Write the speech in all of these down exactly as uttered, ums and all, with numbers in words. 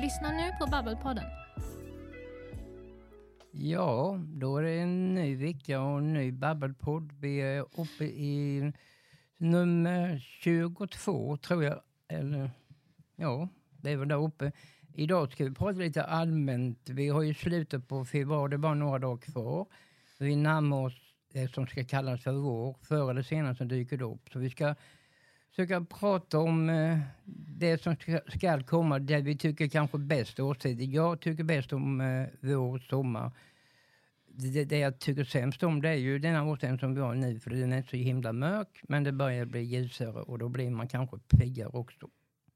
lyssnar nu på Babbelpodden. Ja, då är det en ny vecka och en ny Babbelpodd. Vi är uppe i nummer tjugotvå, tror jag. Eller, ja, det är väl där uppe. Idag ska vi prata lite allmänt. Vi har ju slutet på februari, det var några dagar kvar. Vi närmar oss det som ska kallas för vår. Förr eller senare som dyker det upp. Så vi ska försöka prata om eh, det som ska, ska komma. Det vi tycker kanske bäst årstid. Jag tycker bäst om eh, vår och sommar. Det, det jag tycker sämst om det är ju den här årstiden som vi har nu. För den är så himla mörk. Men det börjar bli ljusare och då blir man kanske piggare också.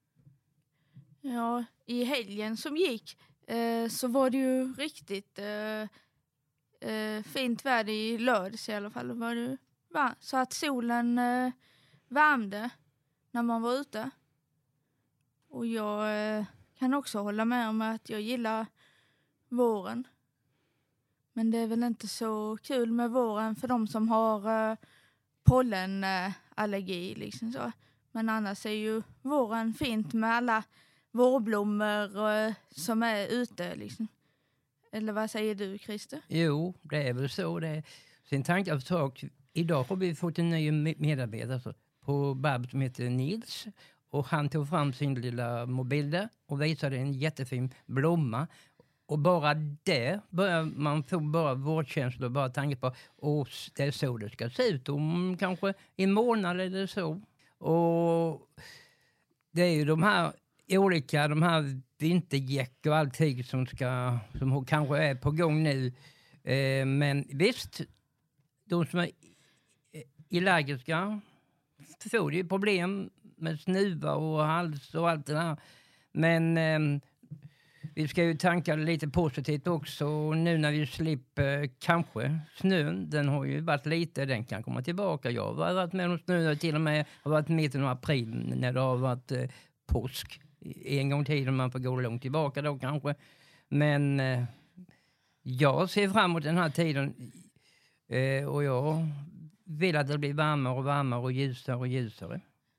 Ja, i helgen som gick eh, så var det ju riktigt eh, eh, fint väder i lördags i alla fall. Var det, va? Så att solen eh, värmde när man var ute. Och jag eh, kan också hålla med om att jag gillar våren. Men det är väl inte så kul med våren för de som har eh, pollenallergi. Liksom så. Men annars är ju våren fint med alla vårblommor eh, som är ute. Liksom. Eller vad säger du, Christer? Jo, det är väl så. Det är. Sen tänkte jag för sak, idag har vi fått en ny medarbetare på Babb som heter Nils. Och han tog fram sin lilla mobil där och visade en jättefin blomma. Och bara det börjar man få bara vårdkänslor och bara tanke på och det är så det ska se ut om kanske en månad eller så. Och det är ju de här olika, de här vintergäck och allting som ska, som kanske är på gång nu. Eh, men visst, de som är allergiska får ju problem med snuva och hals och allt det där. Men eh, vi ska ju tanka lite positivt också nu när vi slipper kanske snön. Den har ju varit lite, den kan komma tillbaka. Jag har varit med om snö till och med har varit mitten av april när det har varit eh, påsk. En gång tiden man får gå långt tillbaka då kanske. Men eh, jag ser fram emot den här tiden eh, och jag vill att det blir varmare och varmare och ljusare och ljusare.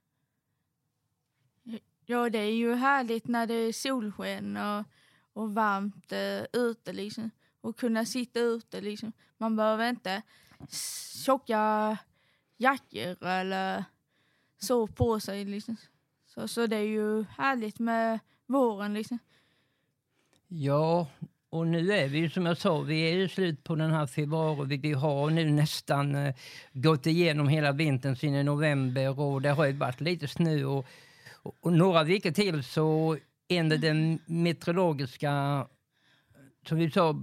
Ja, det är ju härligt när det är solsken och, och varmt eh, ute liksom. Och kunna sitta ute liksom. Man behöver inte tjocka jackor eller så på sig liksom. Så, så det är ju härligt med våren liksom. Ja, och nu är vi som jag sa, vi är ju slut på den här februari. Vi har nu nästan eh, gått igenom hela vintern sedan i november och det har ju varit lite snö och Och några veckor till så ändå den meteorologiska, som vi sa,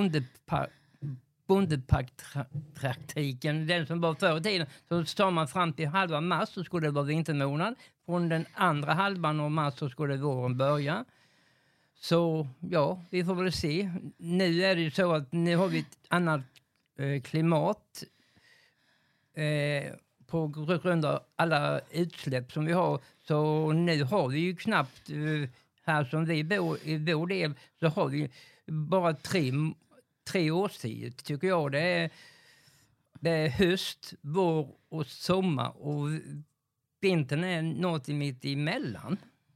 bondeparkpraktiken, den som var förr i tiden, så sa man fram till halva mars så skulle det vara vintermånad. Från den andra halvan av mars så skulle våren börja. Så ja, vi får väl se. Nu är det ju så att nu har vi ett annat eh, klimat eh, på grund av alla utsläpp som vi har. Så nu har vi ju knappt, uh, här som vi bor i vår del, så har vi bara tre, tre årstider tycker jag. Det är, det är höst, vår och sommar och vintern är något mitt emellan.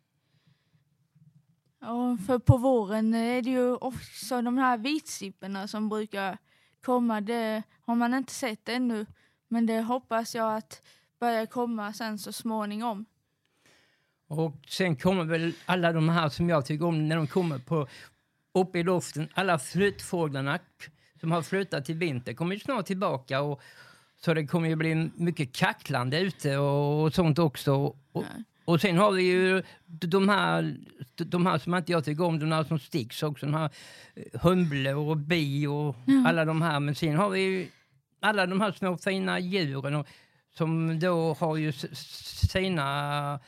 Ja, för på våren är det ju också de här vitsipporna som brukar komma. Det har man inte sett ännu, men det hoppas jag att börjar komma sen så småningom. Och sen kommer väl alla de här som jag tycker om när de kommer på upp i luften. Alla flyttfåglarna som har flyttat till vinter kommer ju snart tillbaka. Och, så det kommer ju bli mycket kacklande ute och, och sånt också. Och, och sen har vi ju de här, de här som inte jag tycker om, de här som sticks också. De här humlor och bi och mm. alla de här. Men sen har vi ju alla de här små fina djuren och, som då har ju sina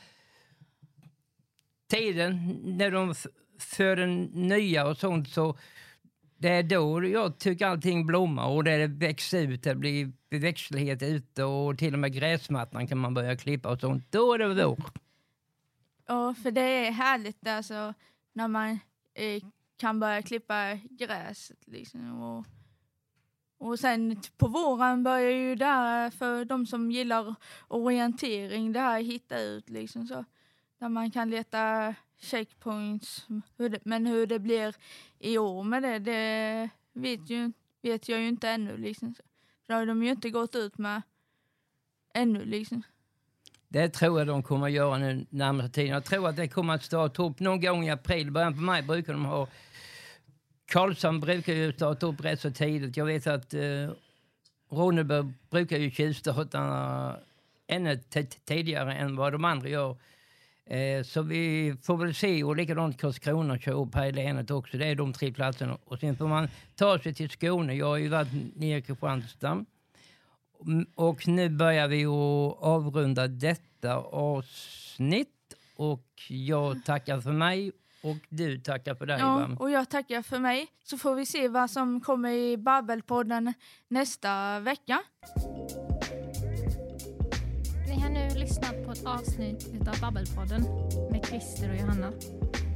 tiden när de för den nya och sånt, så det är då jag tycker allting blommar och det växer ut, det blir växtlighet ute och till och med gräsmattan kan man börja klippa och sånt. Då är det vår. Ja, för det är härligt alltså när man eh, kan börja klippa gräset liksom. Och, och sen på våren börjar ju där för de som gillar orientering, det här hitta ut liksom så. Där man kan leta checkpoints. Hur det, men hur det blir i år med det, det vet, ju, vet jag ju inte ännu. Liksom. Det har de ju inte gått ut med ännu. Liksom. Det tror jag de kommer att göra nu närmaste tiden. Jag tror att det kommer att starta upp någon gång i april. Början på maj brukar de ha... Karlsson brukar ju starta upp rätt så tidigt. Jag vet att eh, Ronneby brukar ju tjuvstarta ännu t- tidigare än vad de andra gör. Eh, så vi får väl se, och likadant Karlskrona kör upp här i länet också. Det är de tre platserna. Och sen får man ta sig till Skåne. Jag har ju varit nere i Kristianstad. Och nu börjar vi att avrunda detta avsnitt. Och jag tackar för mig. Och du tackar för dig. Ja, va? och jag tackar för mig. Så får vi se vad som kommer i Babbelpodden nästa vecka. Ni har nu lyssnat på ett avsnitt av Babbelpodden med Christer och Johanna.